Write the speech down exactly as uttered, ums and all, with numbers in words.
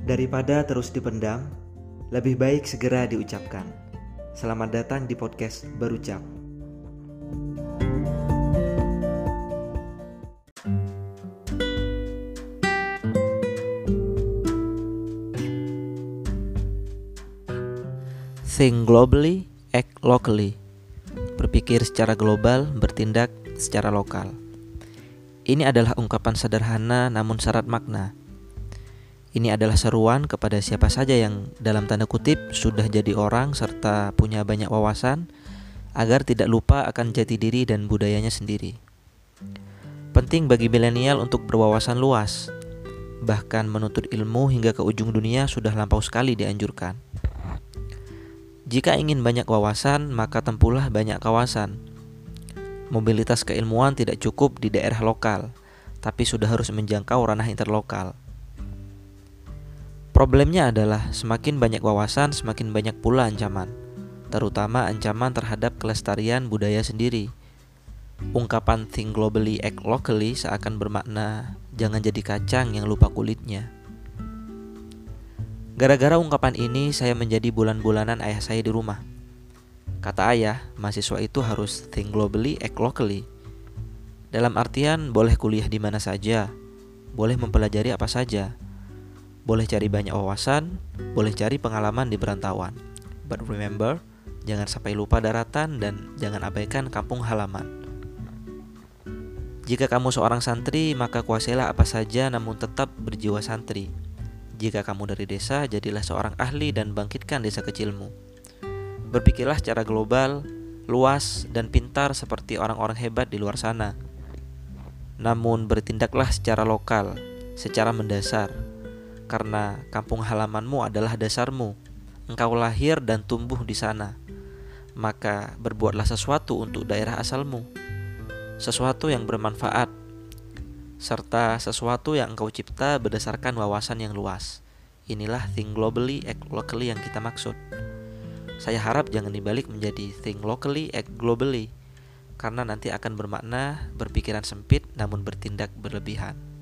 Daripada terus dipendam, lebih baik segera diucapkan. Selamat datang di podcast Berucap. Think globally, act locally. Berpikir secara global, bertindak secara lokal. Ini adalah ungkapan sederhana namun syarat makna. Ini adalah seruan kepada siapa saja yang dalam tanda kutip sudah jadi orang serta punya banyak wawasan agar tidak lupa akan jati diri dan budayanya sendiri. Penting bagi milenial untuk berwawasan luas. Bahkan menuntut ilmu hingga ke ujung dunia sudah lampau sekali dianjurkan. Jika ingin banyak wawasan, maka tempuhlah banyak kawasan. Mobilitas keilmuan tidak cukup di daerah lokal, tapi sudah harus menjangkau ranah interlokal. Problemnya adalah semakin banyak wawasan, semakin banyak pula ancaman, terutama ancaman terhadap kelestarian budaya sendiri. Ungkapan think globally, act locally seakan bermakna jangan jadi kacang yang lupa kulitnya. Gara-gara ungkapan ini, saya menjadi bulan-bulanan ayah saya di rumah. Kata ayah, mahasiswa itu harus think globally, act locally. Dalam artian, boleh kuliah di mana saja, boleh mempelajari apa saja, boleh cari banyak wawasan, boleh cari pengalaman di perantauan. But remember, jangan sampai lupa daratan dan jangan abaikan kampung halaman. Jika kamu seorang santri, maka kuasailah apa saja namun tetap berjiwa santri. Jika kamu dari desa, jadilah seorang ahli dan bangkitkan desa kecilmu. Berpikirlah secara global, luas, dan pintar seperti orang-orang hebat di luar sana. Namun bertindaklah secara lokal, secara mendasar. Karena kampung halamanmu adalah dasarmu. Engkau lahir dan tumbuh di sana. Maka berbuatlah sesuatu untuk daerah asalmu. Sesuatu yang bermanfaat, serta sesuatu yang engkau cipta berdasarkan wawasan yang luas. Inilah think globally, act locally yang kita maksud. Saya harap jangan dibalik menjadi think locally, act globally, karena nanti akan bermakna berpikiran sempit namun bertindak berlebihan.